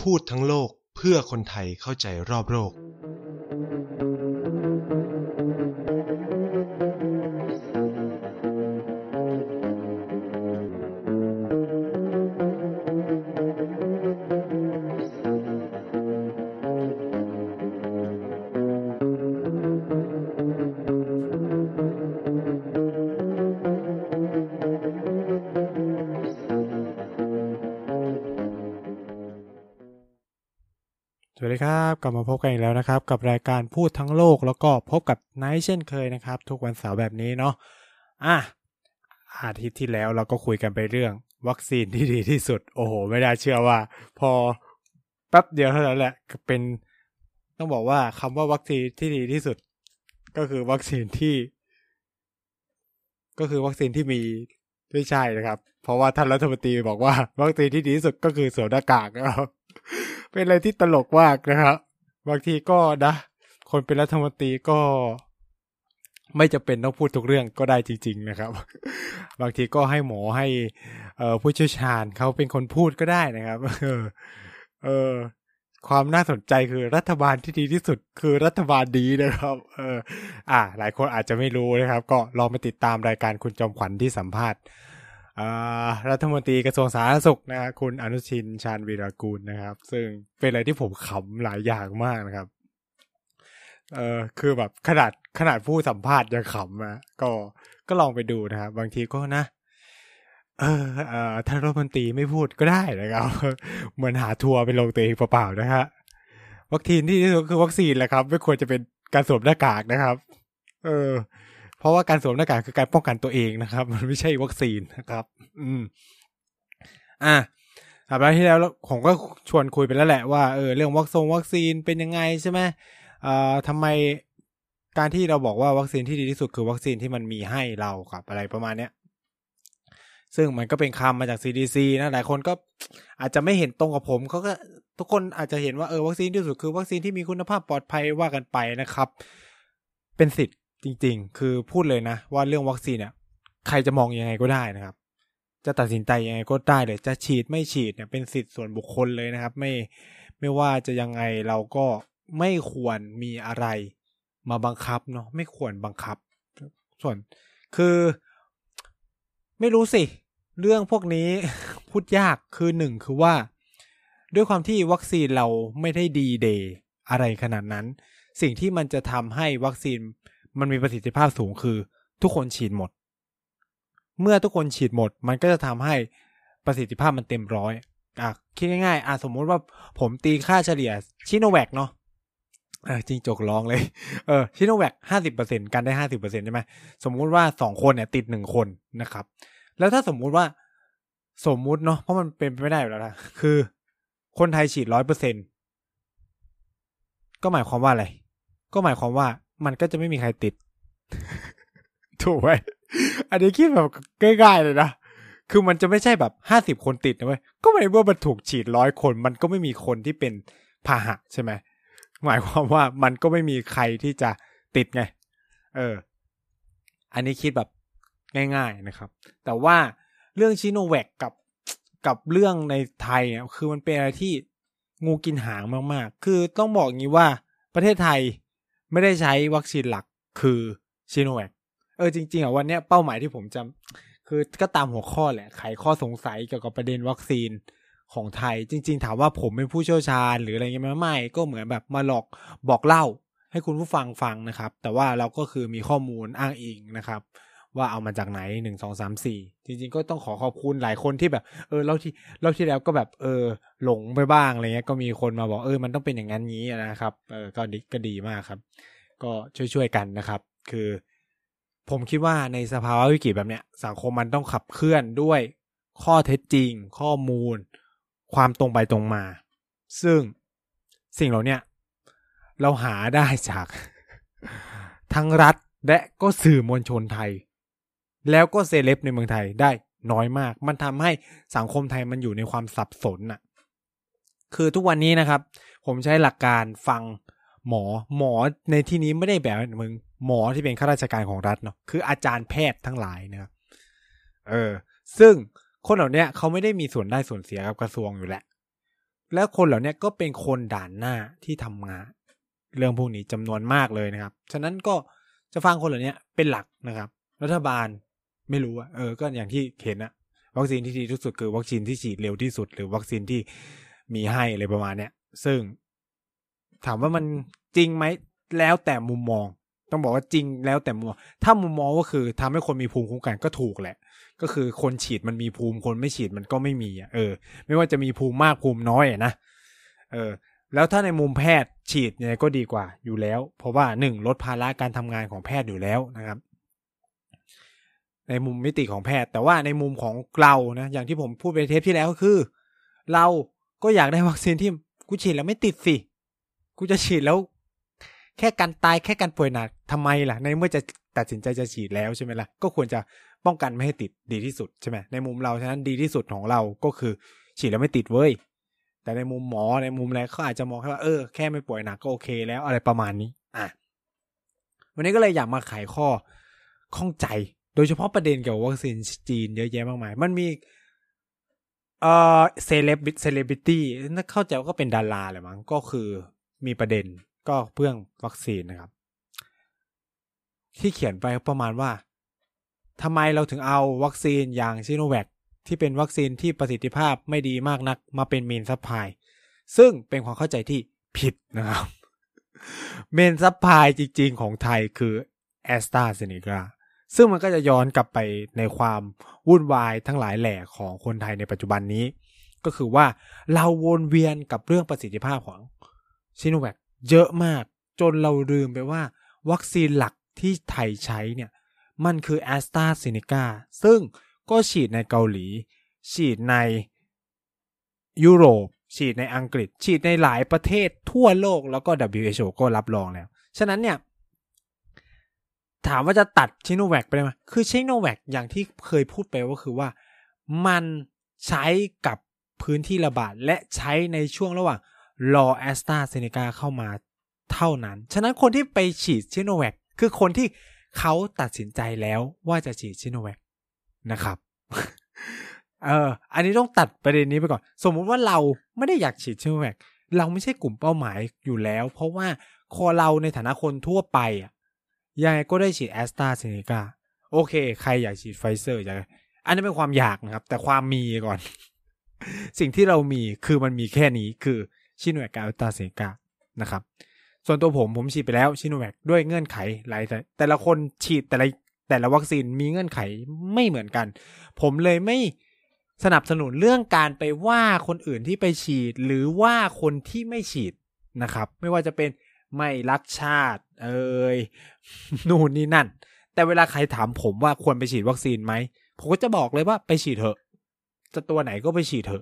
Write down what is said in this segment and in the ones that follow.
พูดทั้งโลกเพื่อคนไทยเข้าใจรอบโลกสวัสดีครับกลับมาพบกันอีกแล้วนะครับกับรายการพูดทั้งโลกแล้วก็พบกับไนท์เช่นเคยนะครับทุกวันเสาร์แบบนี้เนาะอาทิตย์ที่แล้วเราก็คุยกันไปเรื่องวัคซีนที่ดีที่สุดโอ้โหไม่น่าเชื่อว่าพอแป๊บเดียวเท่านั้นแหละเป็นต้องบอกว่าคำว่าวัคซีนที่ดีที่สุดก็คือวัคซีนที่มีไม่ใช่นะครับเพราะว่าท่านรัฐมนตรีบอกว่าวัคซีนที่ดีที่สุดก็คือสวมหน้ากากนะครับเป็นอะไรที่ตลกมากนะครับบางทีก็นะคนเป็นรัฐมนตรีก็ไม่จำเป็นต้องพูดทุกเรื่องก็ได้จริงๆนะครับบางทีก็ให้หมอให้ผู้เชี่ยวชาญเขาเป็นคนพูดก็ได้นะครับความน่าสนใจคือรัฐบาลที่ดีที่สุดคือรัฐบาลดีนะครับหลายคนอาจจะไม่รู้นะครับก็ลองไปติดตามรายการคุณจอมขวัญที่สัมภาษณ์รัฐมนตรีกระทรวงสาธารณสุขนะคุณอนุทินชาญวีรกูลนะครับซึ่งเป็นอะไรที่ผมขำหลายอย่างมากนะครับคือแบบขนาดผู้สัมภาษณ์ยังขำนะก็ลองไปดูนะครับบางทีก็นะท่านรัฐมนตรีไม่พูดก็ได้นะครับเหมือนหาทัวร์ไปลงตัวเองเปล่าๆนะฮะวัคซีนที่ดีคือวัคซีนแหละครับไม่ควรจะเป็นการสวมหน้ากากนะครับเพราะว่าการสวมหน้ากากคือการป้องกันตัวเองนะครับมันไม่ใช่วัคซีนนะครับสัปดาห์ที่แล้วผมก็ชวนคุยไปแล้วแหละว่าเรื่องวัคซีนเป็นยังไงใช่ไหมทำไมการที่เราบอกว่าวัคซีนที่ดีที่สุดคือวัคซีนที่มันมีให้เราครับอะไรประมาณเนี้ยซึ่งมันก็เป็นคำมาจาก CDC นะหลายคนก็อาจจะไม่เห็นตรงกับผมเขาก็ทุกคนอาจจะเห็นว่าวัคซีนที่สุดคือวัคซีนที่มีคุณภาพปลอดภัยว่ากันไปนะครับเป็นสิทธิ์จริงๆคือพูดเลยนะว่าเรื่องวัคซีนเนี่ยใครจะมองยังไงก็ได้นะครับจะตัดสินใจยังไงก็ได้เลยจะฉีดไม่ฉีดเนี่ยเป็นสิทธิ์ส่วนบุคคลเลยนะครับไม่ว่าจะยังไงเราก็ไม่ควรมีอะไรมาบังคับเนาะไม่ควรบังคับส่วนคือไม่รู้สิเรื่องพวกนี้พูดยากคือหนึ่งคือว่าด้วยความที่วัคซีนเราไม่ได้ดีเดย์อะไรขนาดนั้นสิ่งที่มันจะทำให้วัคซีนมันมีประสิทธิภาพสูงคือทุกคนฉีดหมดเมื่อทุกคนฉีดหมดมันก็จะทำให้ประสิทธิภาพมันเต็มร้อยคิดง่ายๆสมมุติว่าผมตีค่าเฉลี่ยชิโนแวคเนาะจริงจกร้องเลยชิโนแวค 50% กันได้ 50% ใช่ไหมสมมุติว่า2คนเนี่ยติด1คนนะครับแล้วถ้าสมมุติเนาะเพราะมันเป็นไปไม่ได้อยู่แล้วนะคือคนไทยฉีด 100% ก็หมายความว่าอะไรก็หมายความว่ามันก็จะไม่มีใครติด ถูกไหมอันนี้คิดแบบง่ายๆเลยนะคือมันจะไม่ใช่แบบ50คนติดนะเว้ยก็หมายว่ามันถูกฉีด100คนมันก็ไม่มีคนที่เป็นพาหะใช่ไหมหมายความว่ามันก็ไม่มีใครที่จะติดไงอันนี้คิดแบบง่ายๆนะครับแต่ว่าเรื่องชิโนแวคกับเรื่องในไทยเนี่ยคือมันเป็นอะไรที่งูกินหางมากๆคือต้องบอกงี้ว่าประเทศไทยไม่ได้ใช้วัคซีนหลักคือชิโนแวคจริงๆวันเนี้ยเป้าหมายที่ผมจะคือก็ตามหัวข้อแหละไขข้อสงสัยเกี่ยวกับประเด็นวัคซีนของไทยจริงๆถามว่าผมเป็นผู้เชี่ยวชาญหรืออะไรเงี้ยไม่ก็เหมือนแบบมาบอกเล่าให้คุณผู้ฟังนะครับแต่ว่าเราก็คือมีข้อมูลอ้างอิงนะครับว่าเอามาจากไหน1 2 3 4จริงๆก็ต้องขอบคุณหลายคนที่แบบเราที่แล้วก็แบบหลงไปบ้างอะไรเงี้ยก็มีคนมาบอกมันต้องเป็นอย่างนั้นงี้นะครับก็ดีมากครับก็ช่วยกันนะครับคือผมคิดว่าในสภาวะวิกฤตแบบเนี้ยสังคมมันต้องขับเคลื่อนด้วยข้อเท็จจริงข้อมูลความตรงไปตรงมาซึ่งสิ่งเหล่านี้เราหาได้จากทั้งรัฐและก็สื่อมวลชนไทยแล้วก็เซเลบในเมืองไทยได้น้อยมากมันทำให้สังคมไทยมันอยู่ในความสับสนน่ะคือทุกวันนี้นะครับผมใช้หลักการฟังหมอในที่นี้ไม่ได้แบบมึงหมอที่เป็นข้าราชการของรัฐเนาะคืออาจารย์แพทย์ทั้งหลายนะครับซึ่งคนเหล่านี้เขาไม่ได้มีส่วนได้ส่วนเสียกับกระทรวงอยู่แล้วและคนเหล่านี้ก็เป็นคนด่านหน้าที่ทำงานเรื่องพวกนี้จำนวนมากเลยนะครับฉะนั้นก็จะฟังคนเหล่านี้เป็นหลักนะครับรัฐบาลไม่รู้อะก็อย่างที่เห็นนะวัคซีนที่ดีที่สุดคือวัคซีนที่ฉีดเร็วที่สุดหรือวัคซีนที่มีให้อะไรประมาณเนี้ยซึ่งถามว่ามันจริงไหมแล้วแต่มุมมองต้องบอกว่าจริงแล้วแต่มุมมองถ้ามุมมองก็คือทำให้คนมีภูมิคุ้มกันก็ถูกแหละก็คือคนฉีดมันมีภูมิคนไม่ฉีดมันก็ไม่มีไม่ว่าจะมีภูมิมากภูมิน้อยนะแล้วถ้าในมุมแพทย์ฉีดเนี่ยก็ดีกว่าอยู่แล้วเพราะว่า1ลดภาระการทำงานของแพทย์อยู่แล้วนะครับในมุมมิติของแพทย์แต่ว่าในมุมของเรานะอย่างที่ผมพูดไปเทปที่แล้วคือเราก็อยากได้วัคซีนที่กูฉีดแล้วไม่ติดสิกูจะฉีดแล้วแค่กันตายแค่กันป่วยหนักทำไมล่ะในเมื่อจะตัดสินใจจะฉีดแล้วใช่ไหมล่ะก็ควรจะป้องกันไม่ให้ติดดีที่สุดใช่ไหมในมุมเราฉะนั้นดีที่สุดของเราก็คือฉีดแล้วไม่ติดเว้ยแต่ในมุมหมอในมุมอะไรเขาอาจจะมองแค่ว่าแค่ไม่ป่วยหนักก็โอเคแล้วอะไรประมาณนี้วันนี้ก็เลยอยากมาไขข้อข้องใจโดยเฉพาะประเด็นเกี่ยวกับวัคซีนจีนเยอะแยะมากมายมันมีเซเลบริตี้น่าเข้าใจว่าก็เป็นดาราแหละมั้งก็คือมีประเด็นก็เรื่องวัคซีนนะครับที่เขียนไปประมาณว่าทำไมเราถึงเอาวัคซีนอย่างซิโนแวคที่เป็นวัคซีนที่ประสิทธิภาพไม่ดีมากนักมาเป็นเมนซัพพลายซึ่งเป็นความเข้าใจที่ผิดนะครับเมนซัพพลายจริงๆของไทยคือแอสตราเซเนกาซึ่งมันก็จะย้อนกลับไปในความวุ่นวายทั้งหลายแหล่ของคนไทยในปัจจุบันนี้ก็คือว่าเราวนเวียนกับเรื่องประสิทธิภาพของซิโนแวคเยอะมากจนเราลืมไปว่าวัคซีนหลักที่ไทยใช้เนี่ยมันคือแอสตราเซเนกาซึ่งก็ฉีดในเกาหลีฉีดในยุโรปฉีดในอังกฤษฉีดในหลายประเทศทั่วโลกแล้วก็ WHO ก็รับรองแล้วฉะนั้นเนี่ยถามว่าจะตัดชิโนแวคไปได้ไหมคือชิโนแวคอย่างที่เคยพูดไปก็คือว่ามันใช้กับพื้นที่ระบาดและใช้ในช่วงระหว่างรอแอสตราเซเนกาเข้ามาเท่านั้นฉะนั้นคนที่ไปฉีดชิโนแวคคือคนที่เขาตัดสินใจแล้วว่าจะฉีดชิโนแวคนะครับ อันนี้ต้องตัดประเด็นนี้ไปก่อนสมมุติว่าเราไม่ได้อยากฉีดชิโนแวคเราไม่ใช่กลุ่มเป้าหมายอยู่แล้วเพราะว่าเราในฐานะคนทั่วไปยังไงก็ได้ฉีดแอสตราเซเนกาโอเคใครอยากฉีดไฟเซอร์อยากอันนี้เป็นความอยากนะครับแต่ความมีก่อน สิ่งที่เรามีคือมันมีแค่นี้คือชิโนแวคกับแอสตราเซเนกานะครับส่วนตัวผมฉีดไปแล้วชิโนแวคด้วยเงื่อนไขหลายแต่ละคนฉีดแต่ละวัคซีนมีเงื่อนไขไม่เหมือนกันผมเลยไม่สนับสนุนเรื่องการไปว่าคนอื่นที่ไปฉีดหรือว่าคนที่ไม่ฉีดนะครับไม่ว่าจะเป็นไม่รักชาตินู่นนี่นั่นแต่เวลาใครถามผมว่าควรไปฉีดวัคซีนไหมผมก็จะบอกเลยว่าไปฉีดเถอะจะตัวไหนก็ไปฉีดเถอะ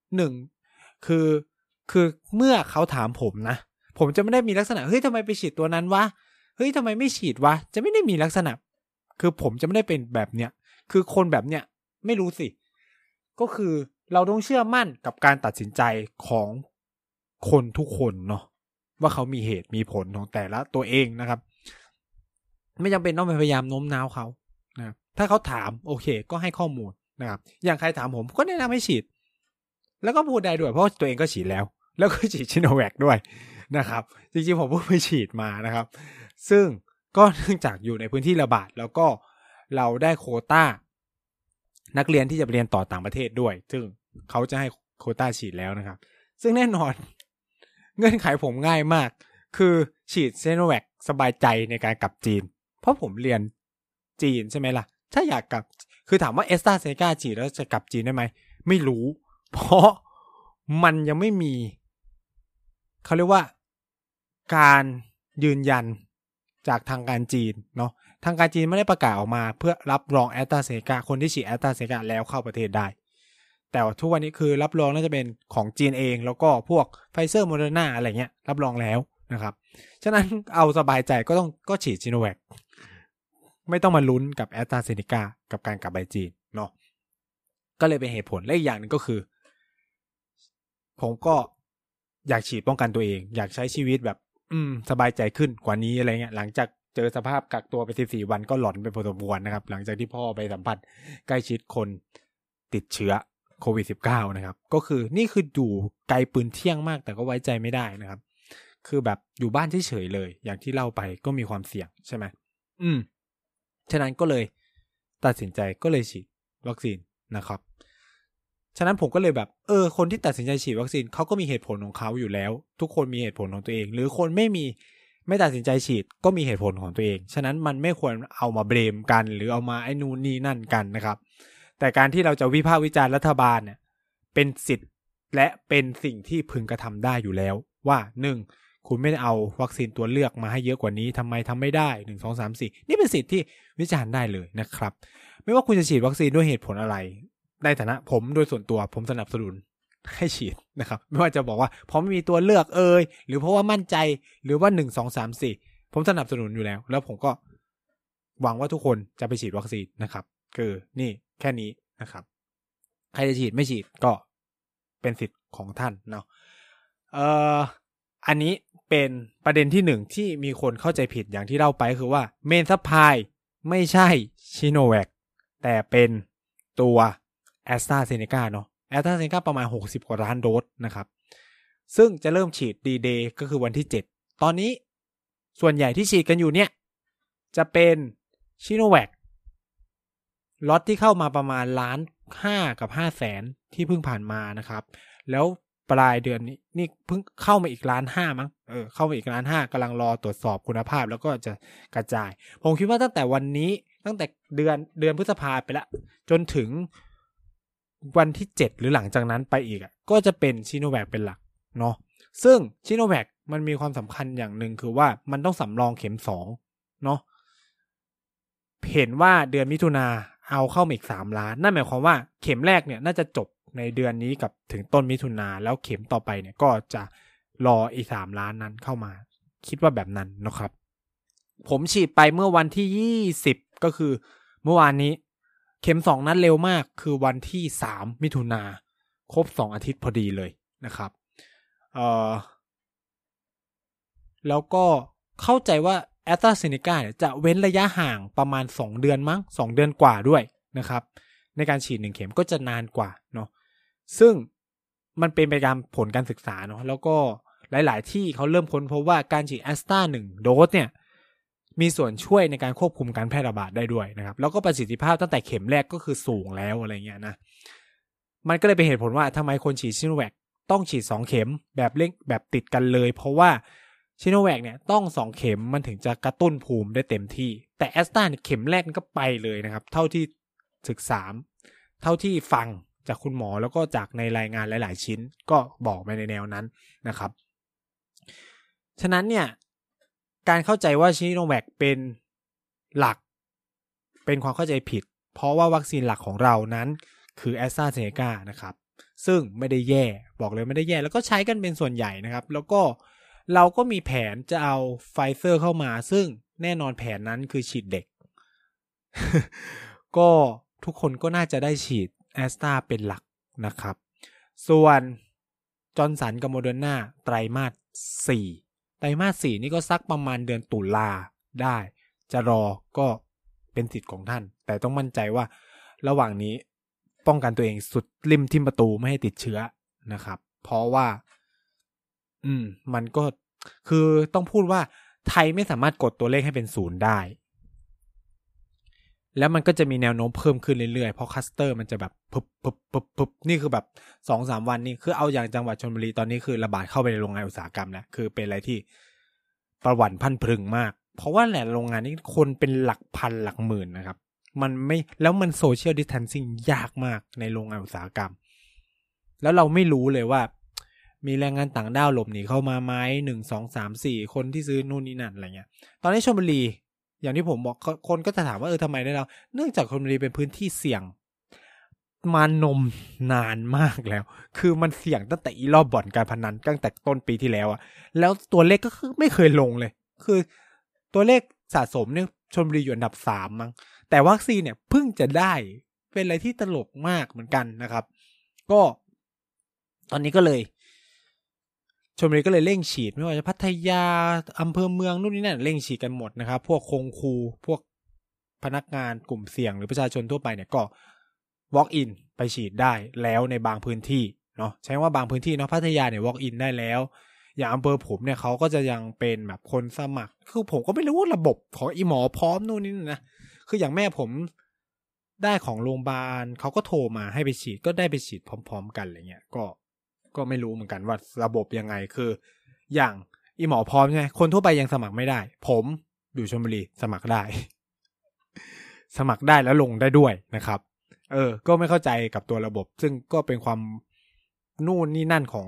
คือเมื่อเขาถามผมนะผมจะไม่ได้มีลักษณะเฮ้ยทำไมไปฉีดตัวนั้นวะเฮ้ยทำไมไม่ฉีดวะจะไม่ได้มีลักษณะคือผมจะไม่ได้เป็นแบบเนี้ยคือคนแบบเนี้ยไม่รู้สิก็คือเราต้องเชื่อมั่นกับการตัดสินใจของคนทุกคนเนาะว่าเขามีเหตุมีผลของแต่ละตัวเองนะครับไม่จำเป็นต้องไปพยายามโน้มน้าวเขานะครับถ้าเขาถามโอเคก็ให้ข้อมูลนะครับอย่างใครถามผมก็แนะนำให้ฉีดแล้วก็พูดได้ด้วยเพราะตัวเองก็ฉีดแล้วก็ฉีดชิโนแวคด้วยนะครับจริงๆผมเพิ่งไปฉีดมานะครับซึ่งก็เนื่องจากอยู่ในพื้นที่ระบาดแล้วก็เราได้โควต้านักเรียนที่จะไปเรียนต่อต่างประเทศด้วยซึ่งเขาจะให้โควต้าฉีดแล้วนะครับซึ่งแน่นอนเงื่อนไขผมง่ายมากคือฉีดซิโนแวคสบายใจในการกลับจีนเพราะผมเรียนจีนใช่ไหมล่ะถ้าอยากกลับคือถามว่าแอสตราเซเนกาฉีดแล้วจะกลับจีนได้ไหมไม่รู้เพราะมันยังไม่มีเขาเรียกว่าการยืนยันจากทางการจีนเนาะทางการจีนไม่ได้ประกาศออกมาเพื่อรับรองแอสตราเซเนกาคนที่ฉีดแอสตราเซเนกาแล้วเข้าประเทศได้แต่ทุกวันนี้คือรับรองน่าจะเป็นของจีนเองแล้วก็พวกไฟเซอร์โมเดอร์นาอะไรเงี้ยรับรองแล้วนะครับฉะนั้นเอาสบายใจก็ฉีดซิโนแวคไม่ต้องมาลุ้นกับแอสตราเซเนกากับการกลับไปจีนเนาะก็เลยเป็นเหตุผลและอีกอย่างนึงก็คือผมก็อยากฉีดป้องกันตัวเองอยากใช้ชีวิตแบบสบายใจขึ้นกว่านี้อะไรเงี้ยหลังจากเจอสภาพกักตัวไป14วันก็หลอนไปพอสมควรนะครับหลังจากที่พ่อไปสัมผัสใกล้ชิดคนติดเชื้อโควิด -19 นะครับก็คือนี่คืออยู่ไกลปืนเที่ยงมากแต่ก็ไว้ใจไม่ได้นะครับคือแบบอยู่บ้านเฉยๆเลยอย่างที่เล่าไปก็มีความเสี่ยงใช่ไหมฉะนั้นก็เลยตัดสินใจก็เลยฉีดวัคซีนนะครับฉะนั้นผมก็เลยแบบคนที่ตัดสินใจฉีดวัคซีนเขาก็มีเหตุผลของเขาอยู่แล้วทุกคนมีเหตุผลของตัวเองหรือคนไม่ตัดสินใจฉีดก็มีเหตุผลของตัวเองฉะนั้นมันไม่ควรเอามาเบรมกันหรือเอามาไอ้นู่นนี่นั่นกันนะครับแต่การที่เราจะวิพากษ์วิจารณ์รัฐบาลเนี่ยเป็นสิทธิ์และเป็นสิ่งที่พึงกระทำได้อยู่แล้วว่า1คุณไม่ได้เอาวัคซีนตัวเลือกมาให้เยอะกว่านี้ทำไมทำไม่ได้1 2 3 4นี่เป็นสิทธิ์ที่วิจารณ์ได้เลยนะครับไม่ว่าคุณจะฉีดวัคซีนด้วยเหตุผลอะไรในฐานะผมโดยส่วนตัวผมสนับสนุนให้ฉีดนะครับไม่ว่าจะบอกว่าเพราะไม่มีตัวเลือกหรือเพราะว่ามั่นใจหรือว่า1 2 3 4ผมสนับสนุนอยู่แล้วผมก็หวังว่าทุกคนจะไปฉีดวัคซีนนะครับคือนี่แค่นี้นะครับใครจะฉีดไม่ฉีดก็เป็นสิทธิ์ของท่านเนาะอันนี้เป็นประเด็นที่1ที่มีคนเข้าใจผิดอย่างที่เล่าไปคือว่าเมนซัพพลายไม่ใช่ชิโนแวคแต่เป็นตัวแอสตราเซเนกาเนาะแอสตราเซเนกาประมาณ60กว่าล้านโดสนะครับซึ่งจะเริ่มฉีดดีเดย์ก็คือวันที่7ตอนนี้ส่วนใหญ่ที่ฉีดกันอยู่เนี่ยจะเป็นชิโนแวคล็อตที่เข้ามาประมาณ1.5 กับ 500,000ที่เพิ่งผ่านมานะครับแล้วปลายเดือนนี้นี่เพิ่งเข้ามาอีก1.5 มั้งเข้ามาอีก1.5กำลังรอตรวจสอบคุณภาพแล้วก็จะกระจายผมคิดว่าตั้งแต่วันนี้ตั้งแต่เดือนพฤษภาคมไปละจนถึงวันที่7หรือหลังจากนั้นไปอีกก็จะเป็นชิโนแวคเป็นหลักเนาะซึ่งชิโนแวคมันมีความสำคัญอย่างหนึ่งคือว่ามันต้องสำรองเข็ม2เนาะเห็นว่าเดือนมิถุนาเอาเข้ามาอีก3 ล้านนั่นหมายความว่าเข็มแรกเนี่ยน่าจะจบในเดือนนี้กับถึงต้นมิถุนาแล้วเข็มต่อไปเนี่ยก็จะรออีก3 ล้านนั้นเข้ามาคิดว่าแบบนั้นนะครับผมฉีดไปเมื่อวันที่20ก็คือเมื่อวานนี้เข็ม2นั้นเร็วมากคือวันที่3มิถุนาครบ2อาทิตย์พอดีเลยนะครับแล้วก็เข้าใจว่าแอสตราเซเนกาเนี่ยจะเว้นระยะห่างประมาณ2 เดือนมั้ง2 เดือนกว่าด้วยนะครับในการฉีด1 เข็มก็จะนานกว่าเนาะซึ่งมันเป็นไปตามผลการศึกษาเนาะแล้วก็หลายๆที่เขาเริ่มค้นพบว่าการฉีดแอสตรา1 โดสเนี่ยมีส่วนช่วยในการควบคุมการแพร่ระบาดได้ด้วยนะครับแล้วก็ประสิทธิภาพตั้งแต่เข็มแรกก็คือสูงแล้วอะไรเงี้ยนะมันก็เลยเป็นเหตุผลว่าทำไมคนฉีดซิโนแวคต้องฉีด2 เข็มแบบติดกันเลยเพราะว่าซิโนแวคเนี่ยต้อง2 เข็มมันถึงจะกระตุ้นภูมิได้เต็มที่แต่แอสตราเข็มแรกก็ไปเลยนะครับเท่าที่ศึกษาเท่าที่ฟังจากคุณหมอแล้วก็จากในรายงานหลายๆชิ้นก็บอกไปในแนวนั้นนะครับฉะนั้นเนี่ยการเข้าใจว่าชิโนแวคเป็นหลักเป็นความเข้าใจผิดเพราะว่าวัคซีนหลักของเรานั้นคือแอสตราเซเนกานะครับซึ่งไม่ได้แย่บอกเลยไม่ได้แย่แล้วก็ใช้กันเป็นส่วนใหญ่นะครับแล้วก็เราก็มีแผนจะเอาไฟเซอร์เข้ามาซึ่งแน่นอนแผนนั้นคือฉีดเด็ก ก็ทุกคนก็น่าจะได้ฉีดแอสตราเป็นหลักนะครับส่วนจอห์นสันกับโมเดอร์นาไตรมาส 4นี่ก็สักประมาณเดือนตุลาได้จะรอก็เป็นสิทธิ์ของท่านแต่ต้องมั่นใจว่าระหว่างนี้ป้องกันตัวเองสุดริมทิ่มประตูไม่ให้ติดเชื้อนะครับเพราะว่ามันก็คือต้องพูดว่าไทยไม่สามารถกดตัวเลขให้เป็น0ได้แล้วมันก็จะมีแนวโน้มเพิ่มขึ้นเรื่อยๆเพราะคลัสเตอร์มันจะแบบปึ๊บนี่คือแบบ 2-3 วันนี่คือเอาอย่างจังหวัดชลบุรีตอนนี้คือระบาดเข้าไปในโรงงานอุตสาหกรรมแล้วคือเป็นอะไรที่ประหวั่นพันพรึงมากเพราะว่าแหละโรงงานนี้คนเป็นหลักพันหลักหมื่นนะครับมันไม่แล้วมันโซเชียลดิสแทนซิ่งยากมากในโรงงานอุตสาหกรรมแล้วเราไม่รู้เลยว่ามีแรงงานต่างด้าวหลบหนีเข้ามาไหม1 2 3 4คนที่ซื้อนู่นนี่นั่นอะไรเงี้ยตอนนี้ชลบุรีอย่างที่ผมบอกคนก็จะถามว่าทำไมได้เราเนื่องจากชลบุรีเป็นพื้นที่เสี่ยงมานมนานมากแล้วคือมันเสี่ยงตั้งแต่รอบบ่อนการพนันตั้งแต่ต้นปีที่แล้วอะแล้วตัวเลขก็คือไม่เคยลงเลยคือตัวเลขสะสมเนี่ยชลบุรีอยู่อันดับ3มั้งแต่วัคซีนเนี่ยเพิ่งจะได้เป็นอะไรที่ตลกมากเหมือนกันนะครับก็ตอนนี้ก็เลยชลบุรีก็เลยเร่งฉีดไม่ว่าจะพัทยาอำเภอเมืองนู่นนี่นั่นเร่งฉีดกันหมดนะครับพวกคงครูพวกพนักงานกลุ่มเสี่ยงหรือประชาชนทั่วไปเนี่ยก็ walk in ไปฉีดได้แล้วในบางพื้นที่เนาะใช้ว่าบางพื้นที่เนาะพัทยาเนี่ย walk in ได้แล้วอย่างอำเภอผมเนี่ยเขาก็จะยังเป็นแบบคนสมัครคือผมก็ไม่รู้ว่าระบบของอีหมอพร้อมนู่นนี่นะคืออย่างแม่ผมได้ของโรงพยาบาลเขาก็โทรมาให้ไปฉีดก็ได้ไปฉีดพร้อมๆกันอะไรเงี้ยก็ไม่รู้เหมือนกันว่าระบบยังไงคืออย่างอีหมอพร้อมใช่ไหมคนทั่วไปยังสมัครไม่ได้ผมอยู่ชลบุรีสมัครได้ สมัครได้แล้วลงได้ด้วยนะครับก็ไม่เข้าใจกับตัวระบบซึ่งก็เป็นความนู่นนี่นั่นของ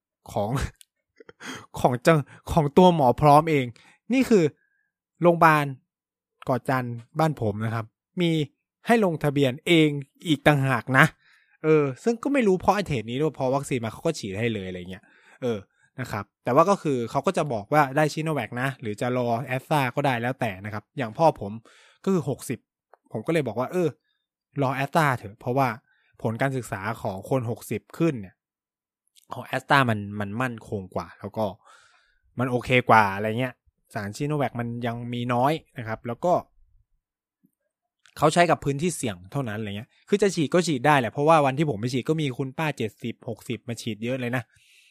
ของตัวหมอพร้อมเองนี่คือโรงพยาบาลก่อจันทร์บ้านผมนะครับมีให้ลงทะเบียนเองอีกต่างหากนะซึ่งก็ไม่รู้เพราะไอ้เหตุนี้ด้วยพอวัคซีนมาเขาก็ฉีดให้เลยอะไรเงี้ยนะครับแต่ว่าก็คือเขาก็จะบอกว่าได้ชิโนแวคนะหรือจะรอแอสตราก็ได้แล้วแต่นะครับอย่างพ่อผมก็คือ60ผมก็เลยบอกว่ารอแอสตราเถอะเพราะว่าผลการศึกษาของคน60ขึ้นเนี่ยของแอสตรามันมั่นคงกว่าแล้วก็มันโอเคกว่าอะไรเงี้ยสารชิโนแวคมันยังมีน้อยนะครับแล้วก็เขาใช้กับพื้นที่เสี่ยงเท่านั้นอะไรเงี้ยคือจะฉีดก็ฉีดได้แหละเพราะว่าวันที่ผมไปฉีดก็มีคุณป้า70-60มาฉีดเยอะเลยนะ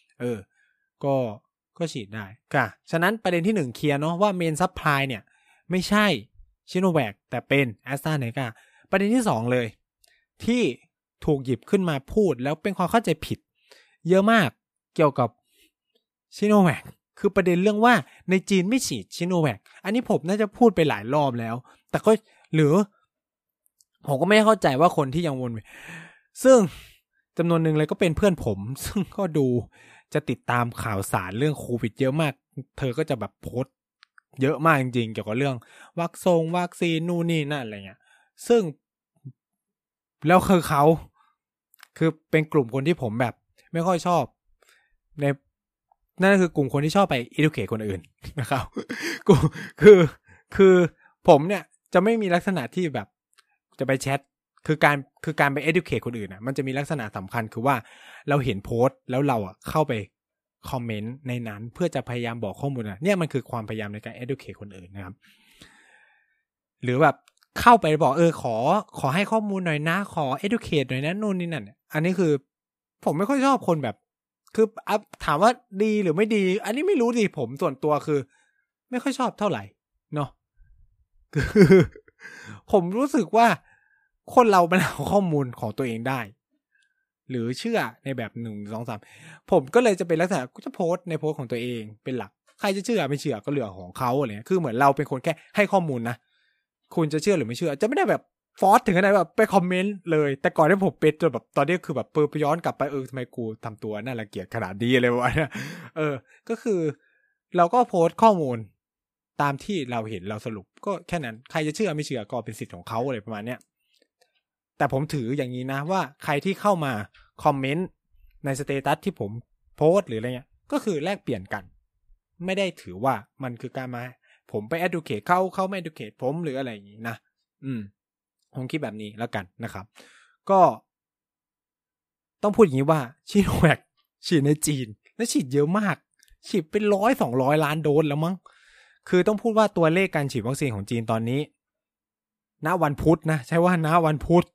ก็ฉีดได้ค่ะฉะนั้นประเด็นที่1เคลียร์เนาะว่าเมนซัพพลายเนี่ยไม่ใช่ชิโนแวคแต่เป็นแอสตราเซเนกาประเด็นที่2เลยที่ถูกหยิบขึ้นมาพูดแล้วเป็นความเข้าใจผิดเยอะมากเกี่ยวกับชิโนแวคคือประเด็นเรื่องว่าในจีนไม่ฉีดชิโนแวคอันนี้ผมน่าจะพูดไปหลายรอบแล้วแต่ก็หรือผมก็ไม่เข้าใจว่าคนที่ยังวนซึ่งจำนวนหนึ่งเลยก็เป็นเพื่อนผมซึ่งก็ดูจะติดตามข่าวสารเรื่องโควิดเยอะมากเธอก็จะแบบโพสต์เยอะมากจริงๆเกี่ยวกับเรื่องวัคซีนนู่นนี่นั่นอะไรเงี้ยซึ่งแล้วคือเขาคือเป็นกลุ่มคนที่ผมแบบไม่ค่อยชอบในนั่นคือกลุ่มคนที่ชอบไป educate คนอื่นนะครับกูคือผมเนี่ยจะไม่มีลักษณะที่แบบจะไปแชทคือการไป educate คนอื่นนะมันจะมีลักษณะสำคัญคือว่าเราเห็นโพสต์แล้วเราเข้าไปคอมเมนต์ในนั้นเพื่อจะพยายามบอกข้อมูลเนี่ยมันคือความพยายามในการ educate คนอื่นนะครับหรือแบบเข้าไปบอกขอให้ข้อมูลหน่อยนะขอ educate หน่อยนะนู่นนี่นั่นอันนี้คือผมไม่ค่อยชอบคนแบบคือถามว่าดีหรือไม่ดีอันนี้ไม่รู้ดิผมส่วนตัวคือไม่ค่อยชอบเท่าไหร่เนาะคือผมรู้สึกว่าคนเรามันเอาข้อมูลของตัวเองได้หรือเชื่อในแบบ1 2 3ผมก็เลยจะเป็นลักษณะก็จะโพสต์ในโพสต์ของตัวเองเป็นหลักใครจะเชื่อไม่เชื่อก็เรื่องของเขาอะไรเงี้ยคือเหมือนเราเป็นคนแค่ให้ข้อมูลนะคุณจะเชื่อหรือไม่เชื่อจะไม่ได้แบบฟอร์สถึงขนาดแบบไปคอมเมนต์เลยแต่ก่อนที่ผมเป็นจนแบบตอนนี้คือแบบไปย้อนกลับไปทำไมกูทำตัวน่ารังเกียจขนาดนี้เลยวะเนี่ยก็คือเราก็โพสต์ข้อมูลตามที่เราเห็นเราสรุปก็แค่นั้นใครจะเชื่อไม่เชื่อก็เป็นสิทธิ์ของเขาอะไรประมาณเนี้ยแต่ผมถืออย่างนี้นะว่าใครที่เข้ามาคอมเมนต์ในสเตตัสที่ผมโพสต์หรืออะไรเงี้ยก็คือแลกเปลี่ยนกันไม่ได้ถือว่ามันคือการมาผมไป educate เขาไม่ educate ผมหรืออะไรอย่างนี้นะผมคิดแบบนี้แล้วกันนะครับก็ต้องพูดอย่างนี้ว่าชิโนแวคฉีดในจีนและฉีดเยอะมากฉีดเป็น100-200 ล้านโดสแล้วมั้งคือต้องพูดว่าตัวเลขการฉีดวัคซีนของจีนตอนนี้ณวันพุธนะใช่ว่าณวันพุธ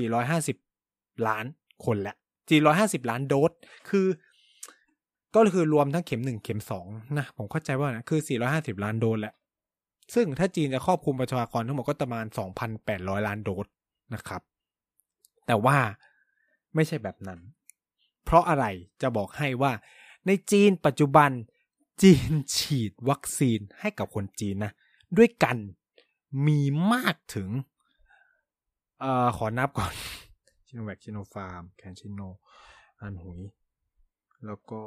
450 ล้านคนแหละ450 ล้านโดสก็คือรวมทั้งเข็ม1เข็ม2นะผมเข้าใจว่านะคือ450 ล้านโดสแหละซึ่งถ้าจีนจะครอบคลุมประชากรทั้งหมดก็ประมาณ 2,800 ล้านโดสนะครับแต่ว่าไม่ใช่แบบนั้นเพราะอะไรจะบอกให้ว่าในจีนปัจจุบันจีนฉีดวัคซีนให้กับคนจีนนะด้วยกันมีมากถึงขอนับก่อนชิโนแวคชิโนฟาร์มแคนชิโนอันหุยแล้วก็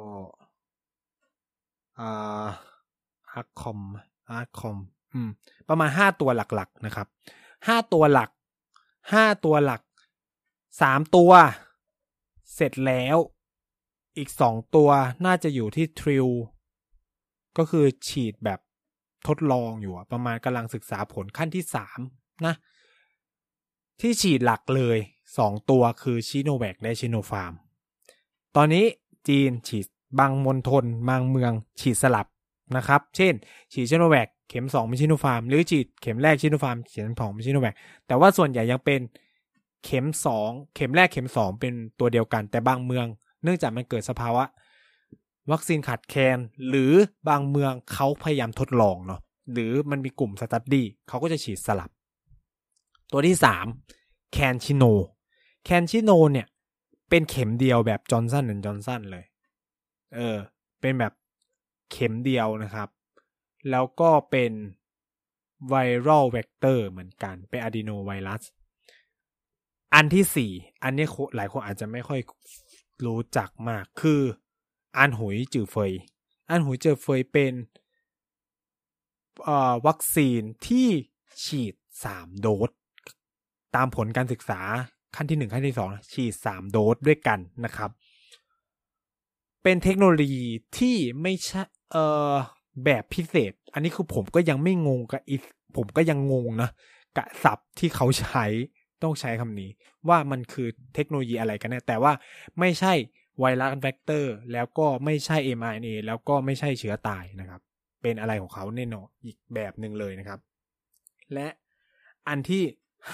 อาร์คอมประมาณ5ตัวหลักๆนะครับ5ตัวหลัก3ตัวเสร็จแล้วอีก2ตัวน่าจะอยู่ที่ทริลก็คือฉีดแบบทดลองอยู่ประมาณกำลังศึกษาผลขั้นที่3นะที่ฉีดหลักเลย2ตัวคือชิโนแวคและชิโนฟาร์มตอนนี้จีนฉีดบางมณฑลบางเมืองฉีดสลับนะครับเช่นฉีดชิโนแวคเข็ม2เป็นชิโนฟาร์มหรือฉีดเข็มแรกชิโนฟาร์มเข็ม2เป็นชิโนแวคแต่ว่าส่วนใหญ่ยังเป็นเข็ม2เข็มแรกเข็ม2เป็นตัวเดียวกันแต่บางเมืองเนื่องจากมันเกิดสภาวะวัคซีนขาดแคลนหรือบางเมืองเขาพยายามทดลองเนาะหรือมันมีกลุ่มสตั๊ดดี้เขาก็จะฉีดสลับตัวที่3แคนชิโนเนี่ยเป็นเข็มเดียวแบบจอห์นสันเลยเป็นแบบเข็มเดียวนะครับแล้วก็เป็นไวรัลเวกเตอร์เหมือนกันเป็นอะดีโนไวรัสอันที่4อันนี้หลายคนอาจจะไม่ค่อยรู้จักมากคืออันหุยจือเฟยเป็นวัคซีนที่ฉีด3โดสตามผลการศึกษาขั้นที่1ขั้นที่2ฉีด3โดสด้วยกันนะครับเป็นเทคโนโลยีที่ไม่ใช่แบบพิเศษอันนี้คือผมก็ยังไม่งงกับผมก็ยังงงนะกับศัพท์ที่เขาใช้ต้องใช้คำนี้ว่ามันคือเทคโนโลยีอะไรกันแน่แต่ว่าไม่ใช่ไวรัสแวคเตอร์แล้วก็ไม่ใช่ mRNA แล้วก็ไม่ใช่เชื้อตายนะครับเป็นอะไรของเขาแน่นอนอีกแบบหนึ่งเลยนะครับและอันที่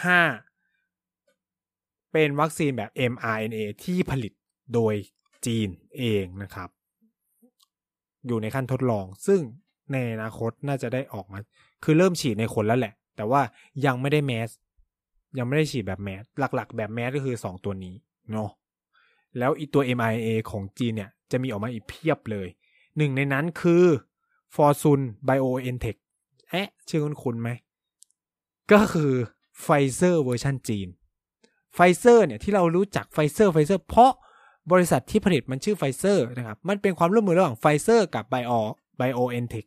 5เป็นวัคซีนแบบ mRNA ที่ผลิตโดยจีนเองนะครับอยู่ในขั้นทดลองซึ่งในอนาคตน่าจะได้ออกมาคือเริ่มฉีดในคนแล้วแหละแต่ว่ายังไม่ได้แมสยังไม่ได้ฉีดแบบแมสหลักๆแบบแมสก็คือ2ตัวนี้เนาะแล้วอีตัว mRNA ของจีนเนี่ยจะมีออกมาอีกเพียบเลยหนึ่งในนั้นคือ Fosun BioNTech ชื่อคุ้นๆไหมก็คือ Pfizer เวอร์ชันจีน Pfizer เนี่ยที่เรารู้จัก Pfizer เพราะบริษัทที่ผลิตมันชื่อ Pfizer นะครับมันเป็นความร่วมมือระหว่าง Pfizer กับ BioNTech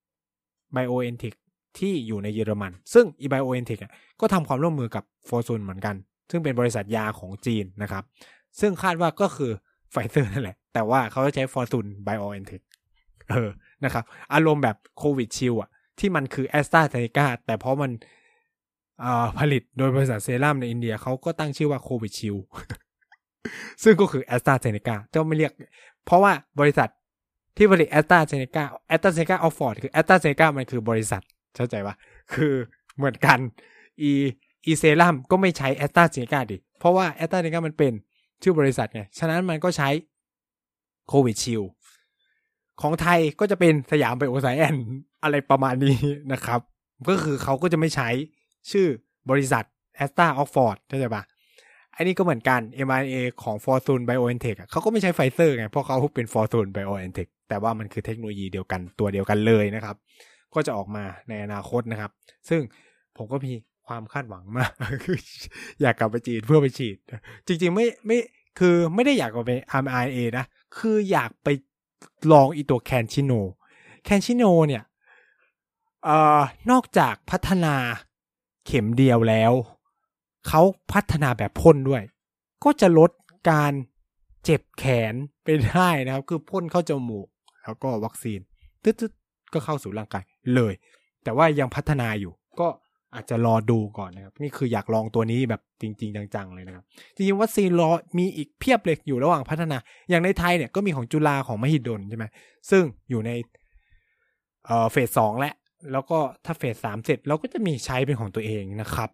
ที่อยู่ในเยอรมันซึ่ง BioNTech ก็ทำความร่วมมือกับ Fosun เหมือนกันซึ่งเป็นบริษัทยาของจีนนะครับซึ่งคาดว่าก็คือ Pfizer นั่นแหละแต่ว่าเขาจะใช้ Fosun BioNTech นะครับอารมณ์แบบโควิดชิลที่มันคือ AstraZeneca แต่เพราะมันผลิตโดยบริษัทเซรั่มในอินเดียเขาก็ตั้งชื่อว่าโควิดชิลซึ่งก็คือ AstraZeneca จะไม่เรียกเพราะว่าบริษัทที่ผลิต AstraZeneca Oxford คือ AstraZeneca มันคือบริษัทเข้าใจปะคือเหมือนกันอีเซรั่มก็ไม่ใช้ AstraZeneca ดิเพราะว่า AstraZeneca มันเป็นชื่อบริษัทไงฉะนั้นมันก็ใช้โควิดชิลของไทยก็จะเป็นสยามไบโอไซแอนซ์อะไรประมาณนี้นะครับก็คือเขาก็จะไม่ใช้ชื่อบริษัท Astra Oxford เข้าใจปะอันนี้ก็เหมือนกัน mRNA ของ Fosun BioNTech เขาก็ไม่ใช้ Pfizer ไงเพราะเขาเป็น Fosun BioNTech แต่ว่ามันคือเทคโนโลยีเดียวกันตัวเดียวกันเลยนะครับก็จะออกมาในอนาคตนะครับซึ่งผมก็มีความคาดหวังมาก อยากกลับไปจีนเพื่อไปฉีดจริงๆไม่คือไม่ได้อยากกลับไป mRNA นะคืออยากไปลองอีตัวแคนชิโนเนี่ยนอกจากพัฒนาเข็มเดียวแล้วเขาพัฒนาแบบพ่นด้วยก็จะลดการเจ็บแขนไปได้นะครับคือพ่นเข้าจมูกแล้วก็วัคซีนตึ๊ดๆก็เข้าสู่ร่างกายเลยแต่ว่ายังพัฒนาอยู่ก็อาจจะรอดูก่อนนะครับนี่คืออยากลองตัวนี้แบบจริงๆจังๆเลยนะครับจริงๆวัคซีนรอมีอีกเพียบเลยอยู่ระหว่างพัฒนาอย่างในไทยเนี่ยก็มีของจุฬาของมหิดลใช่ไหมซึ่งอยู่ในเฟส2แล้วก็ถ้าเฟส3เสร็จเราก็จะมีใช้เป็นของตัวเองนะครับ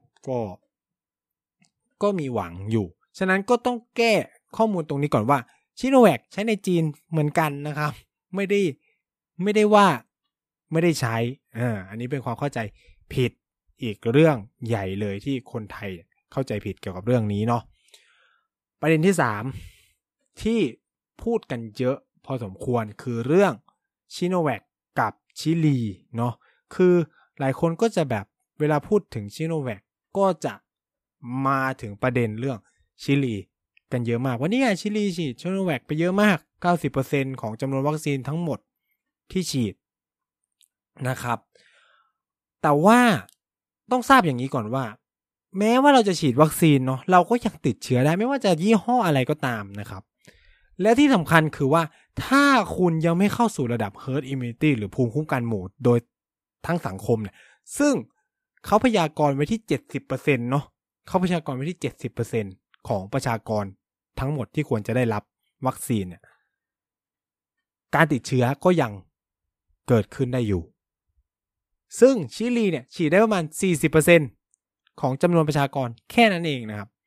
ก็มีหวังอยู่ฉะนั้นก็ต้องแก้ข้อมูลตรงนี้ก่อนว่าชิโนแวคใช้ในจีนเหมือนกันนะครับไม่ได้ว่าไม่ได้ใช้อันนี้เป็นความเข้าใจผิดอีกเรื่องใหญ่เลยที่คนไทยเข้าใจผิดเกี่ยวกับเรื่องนี้เนาะประเด็นที่3ที่พูดกันเยอะพอสมควรคือเรื่องชิโนแวคกับชิลีเนาะคือหลายคนก็จะแบบเวลาพูดถึงชิโนแวคก็จะมาถึงประเด็นเรื่องชิลีกันเยอะมากว่านี่ชิลีฉีดชิโนแวคไปเยอะมาก 90% ของจำนวนวัคซีนทั้งหมดที่ฉีดนะครับแต่ว่าต้องทราบอย่างนี้ก่อนว่าแม้ว่าเราจะฉีดวัคซีนเนาะเราก็ยังติดเชื้อได้ไม่ว่าจะยี่ห้ออะไรก็ตามนะครับและที่สำคัญคือว่าถ้าคุณยังไม่เข้าสู่ระดับ herd immunity หรือภูมิคุ้มกันหมู่โดยทั้งสังคมเนี่ยซึ่งเขาพยากรณ์ไว้ที่ 70% เนาะเขาพยากรณ์ไว้ที่ 70% ของประชากรทั้งหมดที่ควรจะได้รับวัคซีนเนี่ยการติดเชื้อก็ยังเกิดขึ้นได้อยู่ซึ่งชิลีเนี่ยฉีดได้ประมาณ 40% ของจำนวนประชากรแค่นั้นเองนะครับ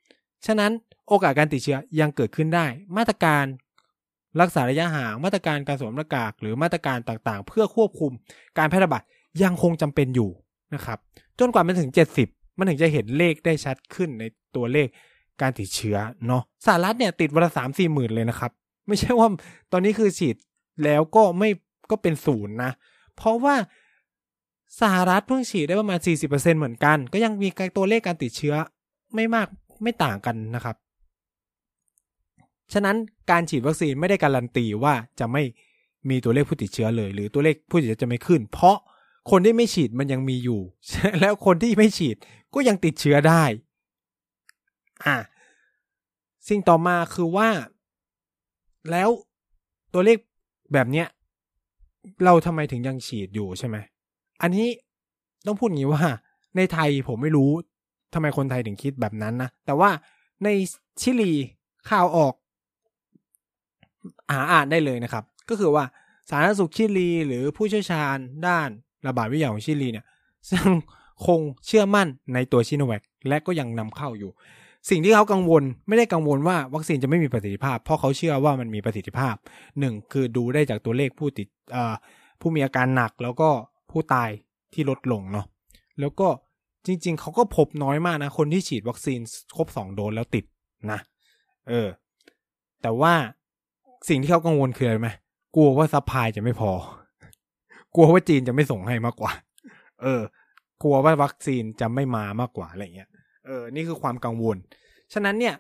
ฉะนั้นโอกาสการติดเชื้อยังเกิดขึ้นได้มาตรการรักษาระยะห่างมาตรการการสวมหน้ากากหรือมาตรการต่างๆเพื่อควบคุมการแพร่ระบาดยังคงจำเป็นอยู่นะครับจนกว่ามันถึง70มันถึงจะเห็นเลขได้ชัดขึ้นในตัวเลขการติดเชื้อเนาะสหรัฐเนี่ยติดวันละ 3-4 หมื่นเลยนะครับไม่ใช่ว่าตอนนี้คือฉีดแล้วก็เป็นศูนย์นะเพราะว่าสหรัฐเพิ่งฉีดได้ประมาณ 40% เหมือนกันก็ยังมีตัวเลขการติดเชื้อไม่มากไม่ต่างกันนะครับฉะนั้นการฉีดวัคซีนไม่ได้การันตีว่าจะไม่มีตัวเลขผู้ติดเชื้อเลยหรือตัวเลขผู้ติดเชื้อจะไม่ขึ้นเพราะคนที่ไม่ฉีดมันยังมีอยู่ แล้วคนที่ไม่ฉีดก็ยังติดเชื้อได้สิ่งต่อมาคือว่าแล้วตัวเลขแบบเนี้ยเราทำไมถึงยังฉีดอยู่ใช่ไหมอันนี้ต้องพูดอย่างนี้ว่าในไทยผมไม่รู้ทำไมคนไทยถึงคิดแบบนั้นนะแต่ว่าในชิลีข่าวออกอ่านได้เลยนะครับก็คือว่าสาธารณสุขชิลีหรือผู้เชี่ยวชาญด้านระบาดวิทยาของชิลีเนี่ยยังคงเชื่อมั่นในตัวชิโนแวคและก็ยังนำเข้าอยู่สิ่งที่เขากังวลไม่ได้กังวลว่าวัคซีนจะไม่มีประสิทธิภาพเพราะเขาเชื่อว่ามันมีประสิทธิภาพ1คือดูได้จากตัวเลขผู้มีอาการหนักแล้วก็ผู้ตายที่ลดลงเนาะแล้วก็จริงๆเขาก็พบน้อยมากนะคนที่ฉีดวัคซีนครบ2โดสแล้วติดนะแต่ว่าสิ่งที่เขากังวลคืออะไรไหมกลัวว่าซัพพลายจะไม่พอกลัวว่าจีนจะไม่ส่งให้มากกว่ากลัวว่าวัคซีนจะไม่มามากกว่าอะไรเงี้ยนี่คือความกังวลฉะนั้นเนี่ย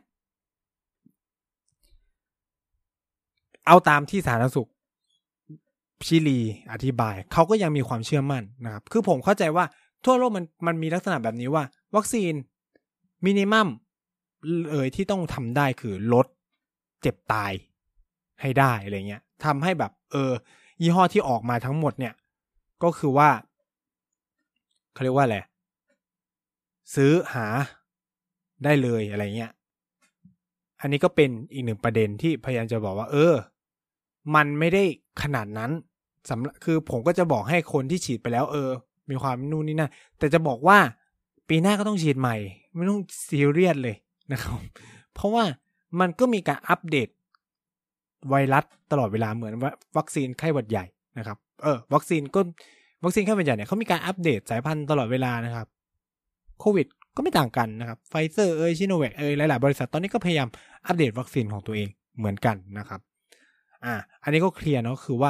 เอาตามที่สาธารณสุขชิลีอธิบายเขาก็ยังมีความเชื่อมั่นนะครับคือผมเข้าใจว่าทั่วโลกมันมีลักษณะแบบนี้ว่าวัคซีนมินิมัมที่ต้องทำได้คือลดเจ็บตายให้ได้อะไรเงี้ยทำให้แบบยี่ห้อที่ออกมาทั้งหมดเนี่ยก็คือว่าเขาเรียกว่าอะไรซื้อหาได้เลยอะไรเงี้ยอันนี้ก็เป็นอีกหนึ่งประเด็นที่พยายามจะบอกว่ามันไม่ได้ขนาดนั้นคือผมก็จะบอกให้คนที่ฉีดไปแล้วมีความนู่นนี่นั่นแต่จะบอกว่าปีหน้าก็ต้องฉีดใหม่ไม่ต้องซีเรียสเลยนะครับเพราะว่ามันก็มีการอัปเดตไวรัสตลอดเวลาเหมือนวัคซีนไข้หวัดใหญ่นะครับวัคซีนไข้หวัดใหญ่เนี่ยเขามีการอัปเดตสายพันธุ์ตลอดเวลานะครับโควิดก็ไม่ต่างกันนะครับไฟเซอร์ชิโนแวคหลายๆบริษัทตอนนี้ก็พยายามอัปเดตวัคซีนของตัวเองเหมือนกันนะครับอันนี้ก็เคลียร์เนาะคือว่า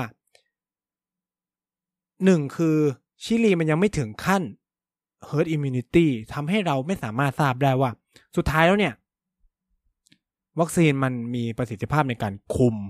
1คือชิลีมันยังไม่ถึงขั้น herd immunity ทำให้เราไม่สามารถทราบได้ว่าสุดท้ายแล้วเนี่ยวัคซีนมันมีประสิทธิภาพในการคุม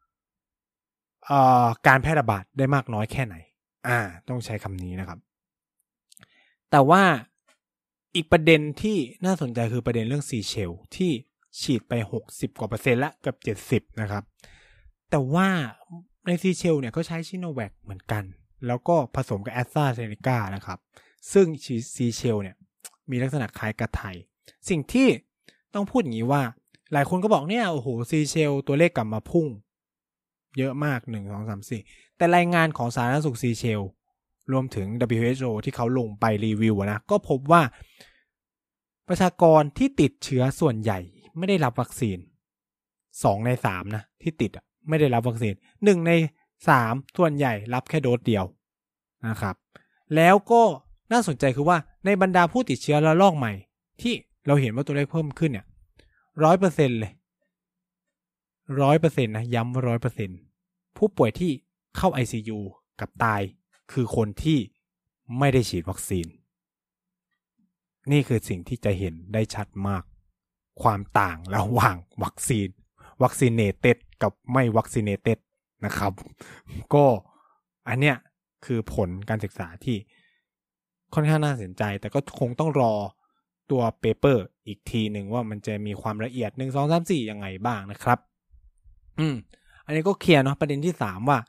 การแพร่ระบาดได้มากน้อยแค่ไหนต้องใช้คำนี้นะครับแต่ว่าอีกประเด็นที่น่าสนใจคือประเด็นเรื่องซีเชลที่ฉีดไป60%กว่าและเกือบ70%นะครับแต่ว่าในซีเชลเนี่ยก็ใช้ชิโนแวคเหมือนกันแล้วก็ผสมกับแอสตราเซเนกานะครับซึ่งซีเชลเนี่ยมีลักษณะคล้ายกับไทยสิ่งที่ต้องพูดอย่างนี้ว่าหลายคนก็บอกเนี่ยโอ้โหซีเชลตัวเลขกลับมาพุ่งเยอะมาก1 2 3 4แต่รายงานของสาธารณสุขซีเชลรวมถึง WHO ที่เขาลงไปรีวิวนะก็พบว่าประชากรที่ติดเชื้อส่วนใหญ่ไม่ได้รับวัคซีน2 ใน 3นะที่ติดไม่ได้รับวัคซีน1 ใน 3ส่วนใหญ่รับแค่โดสเดียวนะครับแล้วก็น่าสนใจคือว่าในบรรดาผู้ติดเชื้อระลอกใหม่ที่เราเห็นว่าตัวเลขเพิ่มขึ้นเนี่ย 100% เลย 100% นะย้ำว่า 100% ผู้ป่วยที่เข้า ICU กับตายคือคนที่ไม่ได้ฉีดวัคซีนนี่คือสิ่งที่จะเห็นได้ชัดมากความต่างระหว่างวัคซีเนเต็ดกับไม่วัคซีเนเต็ดนะครับก็อันเนี้ยคือผลการศึกษาที่ค่อนข้างน่าสนใจแต่ก็คงต้องรอตัวเปเปอร์อีกทีหนึ่งว่ามันจะมีความละเอียด1 2 3 4ยังไงบ้างนะครับอันนี้ก็เคลียร์เนาะประเด็นที่3ว่า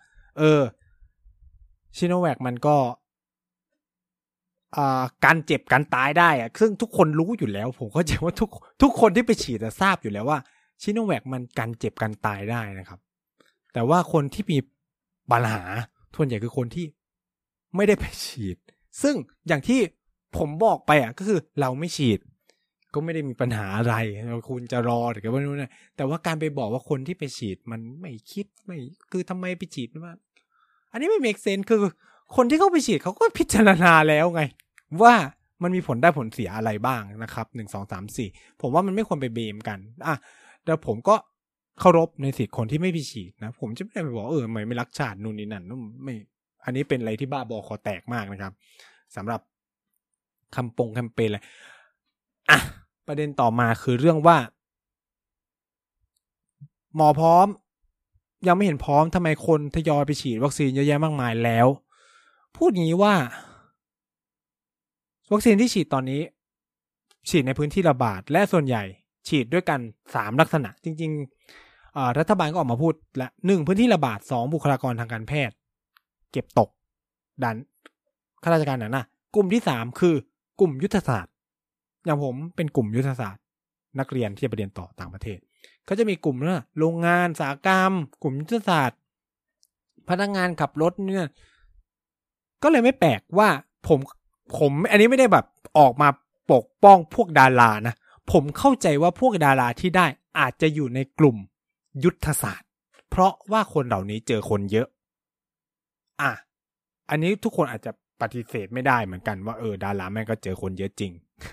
ชิโนแวคมันก็การเจ็บการตายได้ซึ่งทุกคนรู้อยู่แล้วผมเข้าใจว่าทุกคนที่ไปฉีดทราบอยู่แล้วว่าชิโนแวคมันการเจ็บการตายได้นะครับแต่ว่าคนที่มีปัญหาส่วนใหญ่คือคนที่ไม่ได้ไปฉีดซึ่งอย่างที่ผมบอกไปก็คือเราไม่ฉีดก็ไม่ได้มีปัญหาอะไรคุณจะรอหรือก็ไม่รู้นะแต่ว่าการไปบอกว่าคนที่ไปฉีดมันไม่คิดไม่คือทำไมไปฉีดว่าอันนี้ไม่ make sense คือคนที่เข้าไปฉีดเขาก็พิจารณาแล้วไงว่ามันมีผลได้ผลเสียอะไรบ้างนะครับ1 2 3 4ผมว่ามันไม่ควรไปเบมกันแต่ผมก็เคารพในสิทธิ์คนที่ไม่ไปฉีดนะผมจะไม่ได้ไปบอกไม่รักชาตินู่นนี่นั่นไม่อันนี้เป็นอะไรที่บ้าบอคอแตกมากนะครับสำหรับแคมเปญเลยประเด็นต่อมาคือเรื่องว่าหมอพร้อมยังไม่เห็นพร้อมทำไมคนทยอยไปฉีดวัคซีนเยอะแยะมากมายแล้วพูดอย่างนี้ว่าวัคซีนที่ฉีดตอนนี้ฉีดในพื้นที่ระบาดและส่วนใหญ่ฉีดด้วยกัน3ลักษณะจริงๆรัฐบาลก็ออกมาพูดละ1พื้นที่ระบาด2บุคลากรทางการแพทย์เก็บตกดันข้าราชการนะกลุ่มที่3คือกลุ่มยุทธศาสตร์อย่างผมเป็นกลุ่มยุทธศาสตร์นักเรียนที่จะไปเรียนต่อต่างประเทศเขาจะมีกลุ่มโรงงานอุตสาหกรรมกลุ่มยุทธศาสตร์พนักงานขับรถเนี่ยก็เลยไม่แปลกว่าผมอันนี้ไม่ได้แบบออกมาปกป้องพวกดารานะผมเข้าใจว่าพวกดาราที่ได้อาจจะอยู่ในกลุ่มยุทธศาสตร์เพราะว่าคนเหล่านี้เจอคนเยอะอันนี้ทุกคนอาจจะปฏิเสธไม่ได้เหมือนกันว่าดาราแม่งก็เจอคนเยอะจริง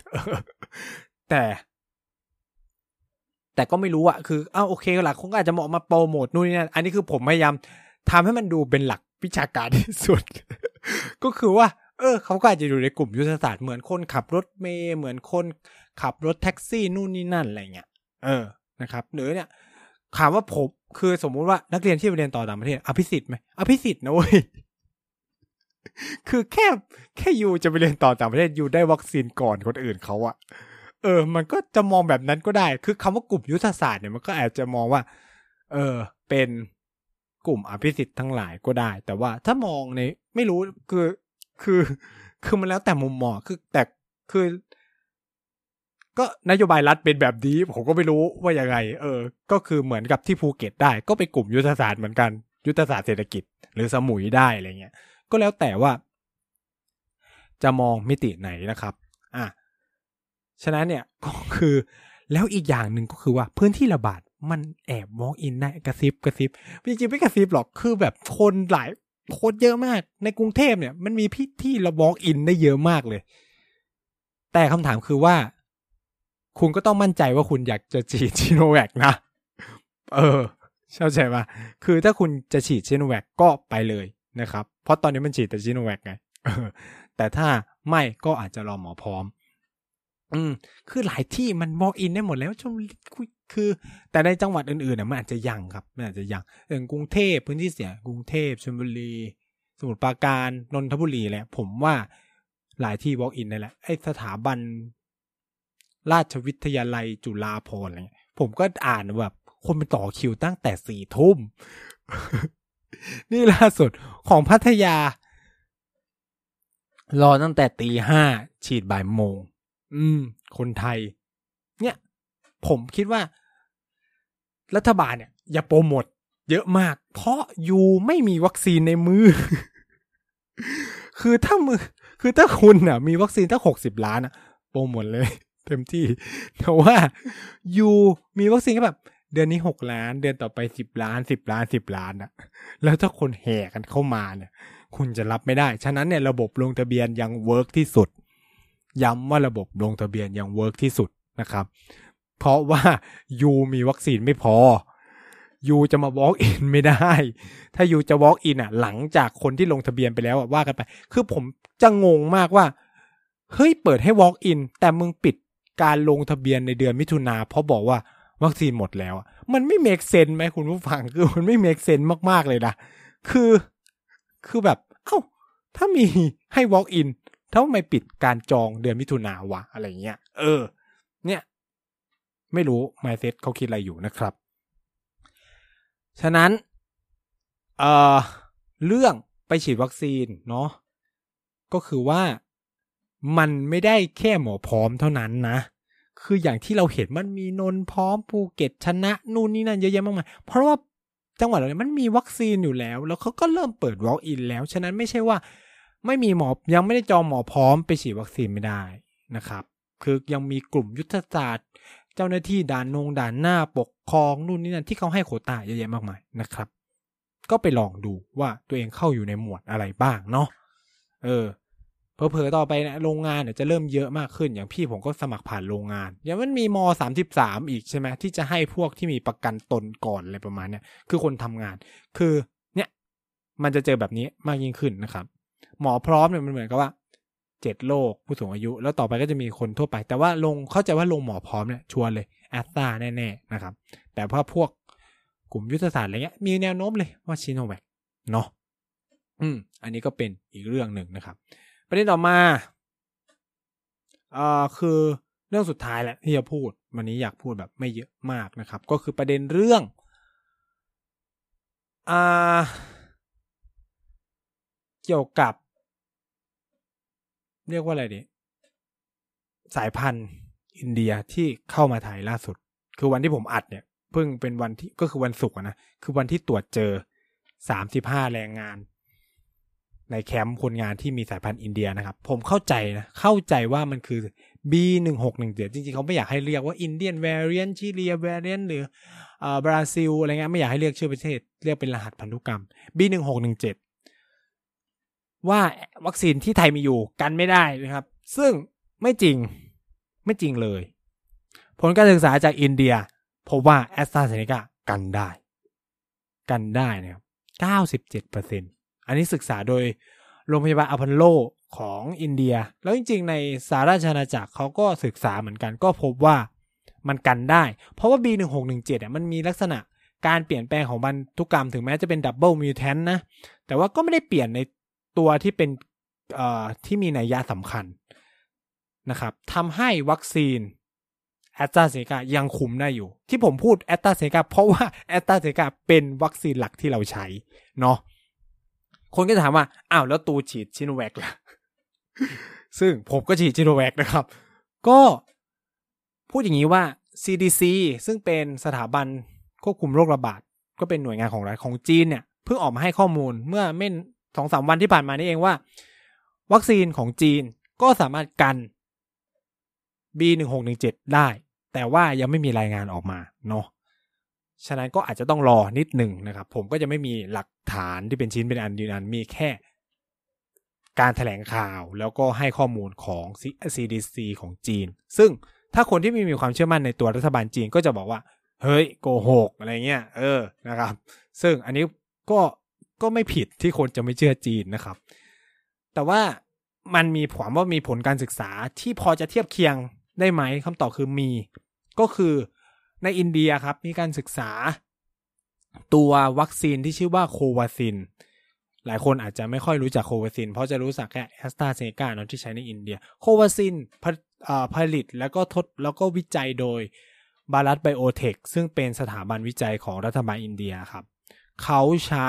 แต่ก็ไม่รู้คือโอเคหลักคงอาจจะเหมาะมาโปรโมทนู่นนี่นั่นอันนี้คือผมพยายามทำให้มันดูเป็นหลักวิชาการที่สุด ก็คือว่าเขาก็อาจจะอยู่ในกลุ่มยุทธศาสตร์เหมือนคนขับรถเมล์เหมือนคนขับรถแท็กซี่นู่นนี่นั่นอะไรเงี้ยนะครับหรือเนี่ยถามว่าผมคือสมมุติว่านักเรียนที่ไปเรียนต่อต่างประเทศอภิสิทธิ์ไหมอภิสิทธิ์นะเว้ย คือแค่ยูจะไปเรียนต่อต่างประเทศยูได้วัคซีนก่อนคนอื่นเขามันก็จะมองแบบนั้นก็ได้คือคำว่ากลุ่มยุทธศาสตร์เนี่ยมันก็อาจจะมองว่าเป็นกลุ่มอภิสิทธิ์ทั้งหลายก็ได้แต่ว่าถ้ามองในไม่รู้คือมันแล้วแต่มุมมองคือก็นโยบายรัฐเป็นแบบนี้ผมก็ไม่รู้ว่ายังไงก็คือเหมือนกับที่ภูเก็ตได้ก็เป็นกลุ่มยุทธศาสตร์เหมือนกันยุทธศาสตร์เศรษฐกิจหรือสมุยได้อะไรเงี้ยก็แล้วแต่ว่าจะมองมิติไหนนะครับฉะนั้นเนี่ยก็คือแล้วอีกอย่างหนึ่งก็คือว่าพื้นที่ระบาดมันแอบ walk in ได้กระซิบจริงๆไม่กระซิบหรอกคือแบบคนหลายคนเยอะมากในกรุงเทพเนี่ยมันมีที่เรา walk in ได้เยอะมากเลยแต่คำถามคือว่าคุณก็ต้องมั่นใจว่าคุณอยากจะฉีดซิโนแวคนะเข้าใจป่ะคือถ้าคุณจะฉีดซิโนแวคก็ไปเลยนะครับเพราะตอนนี้มันฉีดแต่ซิโนแวคไงแต่ถ้าไม่ก็อาจจะรอหมอพร้อมคือหลายที่มัน walk in ได้หมดแล้วคือแต่ในจังหวัดอื่นๆมันอาจจะยังครับมันอาจจะยังกรุงเทพพื้นที่เสี่ยงกรุงเทพชลบุรีสมุทรปราการนนทบุรีแหละผมว่าหลายที่ walk in ได้แหละไอ้สถาบันราชวิทยาลัยจุฬาภรณ์อะไรเงี้ยผมก็อ่านแบบคนไปต่อคิวตั้งแต่ 4 ทุ่ม นี่ล่าสุดของพัทยารอตั้งแต่ 5:00 ฉีดบ่ายโมงคนไทยเนี่ยผมคิดว่ารัฐบาลเนี่ยอย่าโปรโมทเยอะมากเพราะยูไม่มีวัคซีนในมือ คือถ้าคุณน่ะมีวัคซีนตั้ง60 ล้านโปรโมทเลยเต็มที่แต่ว่ายูมีวัคซีนแค่แบบเดือนนี้6 ล้านเดือนต่อไป10 ล้าน10 ล้าน10 ล้านแล้วถ้าคนแห่กันเข้ามาเนี่ยคุณจะรับไม่ได้ฉะนั้นเนี่ยระบบลงทะเบียนยังเวิร์กที่สุดย้ำว่าระบบลงทะเบียนยังเวิร์กที่สุดนะครับเพราะว่ายูมีวัคซีนไม่พอยูจะมา walk in ไม่ได้ถ้ายูจะ walk in หลังจากคนที่ลงทะเบียนไปแล้วว่ากันไปคือผมจะงงมากว่าเฮ้ยเปิดให้ walk in แต่มึงปิดการลงทะเบียนในเดือนมิถุนาเพราะบอกว่าวัคซีนหมดแล้วมันไม่ make sense ไหมคุณผู้ฟังคือมันไม่ make sense มากๆเลยนะคือแบบถ้ามีให้ walk inถ้าไม่ปิดการจองเดือนมิถุนาวะอะไรเงี้ยเนี่ยไม่รู้ mindset เขาคิดอะไรอยู่นะครับฉะนั้นเรื่องไปฉีดวัคซีนเนาะก็คือว่ามันไม่ได้แค่หมอพร้อมเท่านั้นนะคืออย่างที่เราเห็นมันมีนนท์พร้อมภูเก็ตชนะนู่นนี่นั่นเยอะแยะมากมายเพราะว่าจังหวัดอะไรมันมีวัคซีนอยู่แล้วเขาก็เริ่มเปิด walk in แล้วฉะนั้นไม่ใช่ว่าไม่มีหมอยังไม่ได้จองหมอพร้อมไปฉีดวัคซีนไม่ได้นะครับคือยังมีกลุ่มยุทธศาสตร์เจ้าหน้าที่ด่านหน้าปกครองนู่นนี่นั่นที่เขาให้โควต้าเยอะแยะมากมายนะครับก็ไปลองดูว่าตัวเองเข้าอยู่ในหมวดอะไรบ้างเนาะเผลอๆต่อไปนะโรงงานเนี่ยจะเริ่มเยอะมากขึ้นอย่างพี่ผมก็สมัครผ่านโรงงานอย่างมันมีม.33อีกใช่ไหมที่จะให้พวกที่มีประกันตนก่อนอะไรประมาณเนี้ยคือคนทำงานคือเนี่ยมันจะเจอแบบนี้มากยิ่งขึ้นนะครับหมอพร้อมเนี่ยมันเหมือนกับว่า7โรคผู้สูงอายุแล้วต่อไปก็จะมีคนทั่วไปแต่ว่าเข้าใจว่าลงหมอพร้อมเนี่ยชัวร์เลยแอสตราแน่ๆนะครับแต่พอพวกกลุ่มยุทธศาสตร์อะไรเงี้ยมีแนวโน้มเลยว่าชิโนแวคเนาะอันนี้ก็เป็นอีกเรื่องหนึ่งนะครับประเด็นต่อมาคือเรื่องสุดท้ายแหละที่จะพูดวันนี้อยากพูดแบบไม่เยอะมากนะครับก็คือประเด็นเรื่องเกี่ยวกับเรียกว่าอะไรดีสายพันธุ์อินเดียที่เข้ามาไทยล่าสุดคือวันที่ผมอัดเนี่ยเพิ่งเป็นวันที่ก็คือวันศุกร์นะคือวันที่ตรวจเจอ35แรงงานในแคมป์คนงานที่มีสายพันธุ์อินเดียนะครับผมเข้าใจว่ามันคือ B1617 จริงๆเขาไม่อยากให้เรียกว่า Indian Variant Chilean Variant หรือบราซิลอะไรเงี้ยไม่อยากให้เรียกชื่อประเทศเรียกเป็นรหัสพันธุกรรม B1617 ว่าวัคซีนที่ไทยมีอยู่กันไม่ได้นะครับซึ่งไม่จริงเลยผลการศึกษาจากอินเดียพบว่า AstraZeneca กันได้นะครับ 97% อันนี้ศึกษาโดยโรงพยาบาลอพอลโลของอินเดียแล้วจริงๆในสหราชอาณาจักรเขาก็ศึกษาเหมือนกันก็พบว่ามันกันได้เพราะว่า B1617 เนี่ยมันมีลักษณะการเปลี่ยนแปลงของพันธุกรรมถึงแม้จะเป็นดับเบิลมิวแทนต์นะแต่ว่าก็ไม่ได้เปลี่ยนในตัวที่เป็นที่มีนัยยะสำคัญนะครับทำให้วัคซีนAstraZeneca ยังคุมได้อยู่ที่ผมพูด AstraZeneca เพราะว่า AstraZeneca เป็นวัคซีนหลักที่เราใช้เนาะคนก็ถามว่าอ้าวแล้วตูฉีดชิโนแวคล่ะ ซึ่งผมก็ฉีดชิโนแวคนะครับก็พูดอย่างนี้ว่า CDC ซึ่งเป็นสถาบันควบคุมโรคระบาดก็เป็นหน่วยงานของรัฐของจีนเนี่ยเพิ่งออกมาให้ข้อมูลเมื่อไม่ 2-3 วันที่ผ่านมานี่เองว่าวัคซีนของจีนก็สามารถกัน B1617 ได้แต่ว่ายังไม่มีรายงานออกมาเนาะฉะนั้นก็อาจจะต้องรอนิดหนึ่งนะครับผมก็จะไม่มีหลักฐานที่เป็นชิ้นเป็นอันยืนยันมีแค่การแถลงข่าวแล้วก็ให้ข้อมูลของ CDC ของจีนซึ่งถ้าคนที่ไม่มีความเชื่อมั่นในตัวรัฐบาลจีนก็จะบอกว่าเฮ้ยโกหกอะไรเงี้ยนะครับซึ่งอันนี้ก็ไม่ผิดที่คนจะไม่เชื่อจีนนะครับแต่ว่ามันมีผลการศึกษาที่พอจะเทียบเคียงได้ไหมคำตอบคือมีก็คือในอินเดียครับมีการศึกษาตัววัคซีนที่ชื่อว่าโควาซินหลายคนอาจจะไม่ค่อยรู้จักโควาซินเพราะจะรู้จักแค่แอสตราเซเนกาเนาะที่ใช้ในอินเดียโควาซินผลิตแล้วก็วิจัยโดยบารัตไบโอเทคซึ่งเป็นสถาบันวิจัยของรัฐบาลอินเดียครับเขาใช้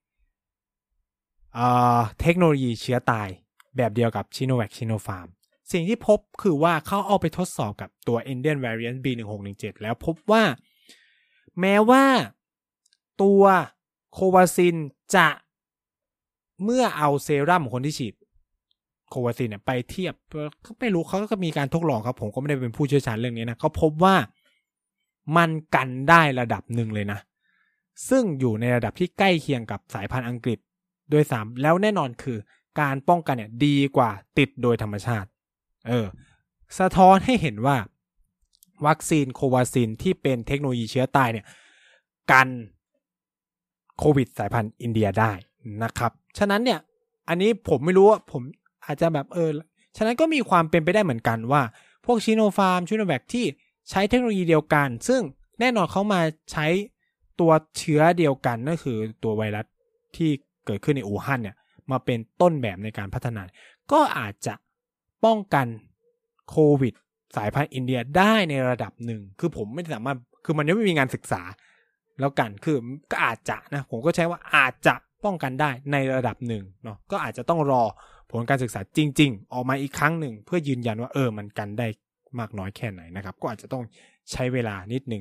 เทคโนโลยีเชื้อตายแบบเดียวกับชิโนแวคชิโนฟาร์มสิ่งที่พบคือว่าเขาเอาไปทดสอบกับตัว Indian Variant B1617 แล้วพบว่าแม้ว่าตัวโควาซินจะเมื่อเอาเซรั่มของคนที่ฉีดโควาซินเนี่ยไปเทียบก็ไม่รู้เขาก็มีการทดลองครับผมก็ไม่ได้เป็นผู้เชี่ยวชาญเรื่องนี้นะเขาพบว่ามันกันได้ระดับหนึ่งเลยนะซึ่งอยู่ในระดับที่ใกล้เคียงกับสายพันธุ์อังกฤษด้วยซ้ำแล้วแน่นอนคือการป้องกันเนี่ยดีกว่าติดโดยธรรมชาติสะท้อนให้เห็นว่าวัคซีนโควาซินที่เป็นเทคโนโลยีเชื้อตายเนี่ยกันโควิดสายพันธุ์อินเดียได้นะครับฉะนั้นเนี่ยอันนี้ผมไม่รู้ว่าผมอาจจะแบบฉะนั้นก็มีความเป็นไปได้เหมือนกันว่าพวกชิโนฟาร์มชิโนแวคที่ใช้เทคโนโลยีเดียวกันซึ่งแน่นอนเขามาใช้ตัวเชื้อเดียวกันนั่นคือตัวไวรัสที่เกิดขึ้นในอู่ฮั่นเนี่ยมาเป็นต้นแบบในการพัฒนาก็อาจจะป้องกันโควิดสายพันธุ์อินเดียได้ในระดับหนึ่งคือผมไม่สามารถคือมันยังไม่มีงานศึกษาแล้วกันคือก็อาจจะนะผมก็ใช้ว่าอาจจะป้องกันได้ในระดับหนึ่งเนาะก็อาจจะต้องรอผลการศึกษาจริงๆออกมาอีกครั้งหนึ่งเพื่อยืนยันว่ามันกันได้มากน้อยแค่ไหนนะครับก็อาจจะต้องใช้เวลานิดนึง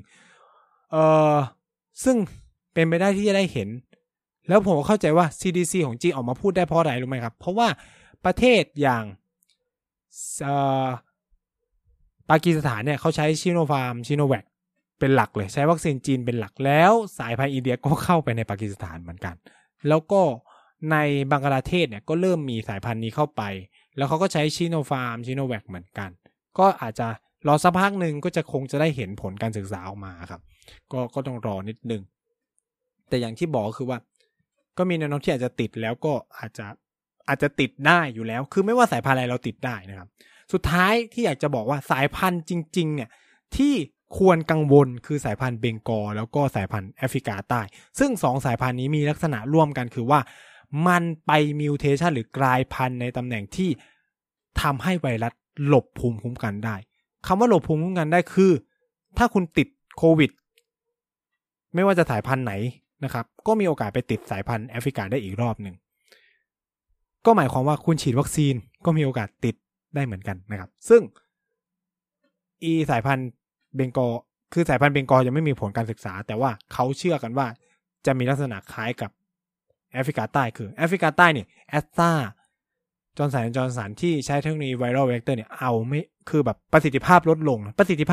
ซึ่งเป็นไปได้ที่จะได้เห็นแล้วผมเข้าใจว่า CDC ของจีนออกมาพูดได้เพราะอะไรรู้ไหมครับเพราะว่าประเทศอย่างปากีสถานเนี่ยเขาใช้ชิโนฟาร์มชิโนแวคเป็นหลักเลยใช้วัคซีนจีนเป็นหลักแล้วสายพันธุ์อินเดียก็เข้าไปในปากีสถานเหมือนกันแล้วก็ในบังกลาเทศเนี่ยก็เริ่มมีสายพันธุ์นี้เข้าไปแล้วเขาก็ใช้ชิโนฟาร์มชิโนแวคเหมือนกันก็อาจจะรอสักพักนึงก็จะคงจะได้เห็นผลการศึกษาออกมาครับก็ต้องรอนิดนึงแต่อย่างที่บอกคือว่าก็มีแนวโน้มที่อาจจะติดแล้วก็อาจจะติดได้อยู่แล้วคือไม่ว่าสายพันธุ์อะไรเราติดได้นะครับสุดท้ายที่อยากจะบอกว่าสายพันธุ์จริงๆเนี่ยที่ควรกังวลคือสายพันธุ์เบงกอลแล้วก็สายพันธุ์แอฟริกาใต้ซึ่ง2สายพันธุ์นี้มีลักษณะร่วมกันคือว่ามันไปมิวเทชันหรือกลายพันธุ์ในตำแหน่งที่ทำให้ไวรัสหลบภูมิคุ้มกันได้คำว่าหลบภูมิคุ้มกันได้คือถ้าคุณติดโควิดไม่ว่าจะสายพันธุ์ไหนนะครับก็มีโอกาสไปติดสายพันธุ์แอฟริกาได้อีกรอบหนึ่งก็หมายความว่าคุณฉีดวัคซีนก็มีโอกาสติดได้เหมือนกันนะครับซึ่งสายพันธุ์เบงกอลคือสายพันธุ์เบงกอลยังไม่มีผลการศึกษาแต่ว่าเขาเชื่อกันว่าจะมีลักษณะคล้ายกับแอฟริกาใต้คือแอฟริกาใต้เนี่ยแอสตราจอร์นสันที่ใช้เทคโนโลยีไวรัลเวกเตอร์เนี่ยเอาไม่คือแบบประสิทธิภาพลดลง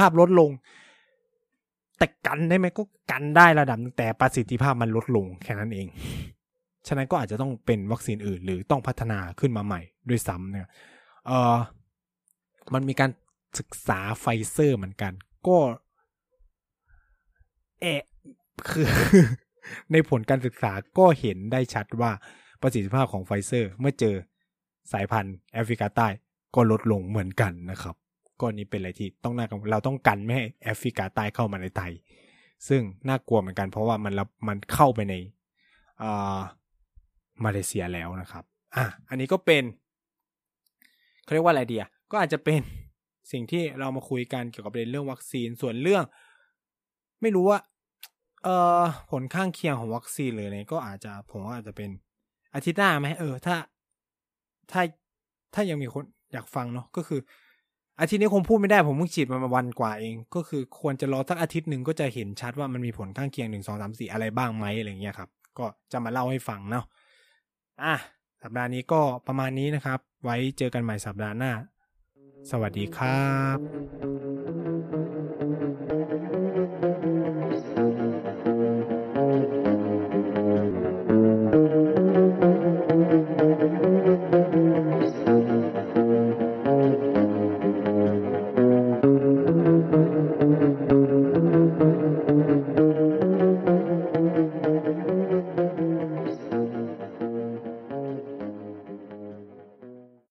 แต่กันได้ไหมก็กันได้ระดับนึงแต่ประสิทธิภาพมันลดลงแค่นั้นเองฉะนั้นก็อาจจะต้องเป็นวัคซีนอื่นหรือต้องพัฒนาขึ้นมาใหม่ด้วยซ้ำเนี่ยมันมีการศึกษาไฟเซอร์เหมือนกันก็คือ ในผลการศึกษาก็เห็นได้ชัดว่าประสิทธิภาพของไฟเซอร์เมื่อเจอสายพันธุ์แอฟริกาใต้ก็ลดลงเหมือนกันนะครับก็นี้เป็นอะไรที่ต้องน่ากังวลเราต้องกันไม่ให้แอฟริกาใต้เข้ามาในไทยซึ่งน่ากลัวเหมือนกันเพราะว่ามันเข้าไปในมาเลเซียแล้วนะครับอันนี้ก็เป็นเขาเรียกว่าอะไรดีก็อาจจะเป็นสิ่งที่เรามาคุยกันเกี่ยวกับเรื่องวัคซีนส่วนเรื่องไม่รู้ว่าผลข้างเคียงของวัคซีนหรืออะไรก็อาจจะผมว่าอาจจะเป็นอาทิตย์หน้าไหมถ้ายังมีคนอยากฟังเนาะก็คืออาทิตย์นี้คงพูดไม่ได้ผมเพิ่งฉีดมาวันกว่าเองก็คือควรจะรอสักอาทิตย์นึงก็จะเห็นชัดว่ามันมีผลข้างเคียง1 2 3 4อะไรบ้างไหมอะไรเงี้ยครับก็จะมาเล่าให้ฟังเนาะสัปดาห์นี้ก็ประมาณนี้นะครับไว้เจอกันใหม่สัปดาห์หน้าสวัสดีครับ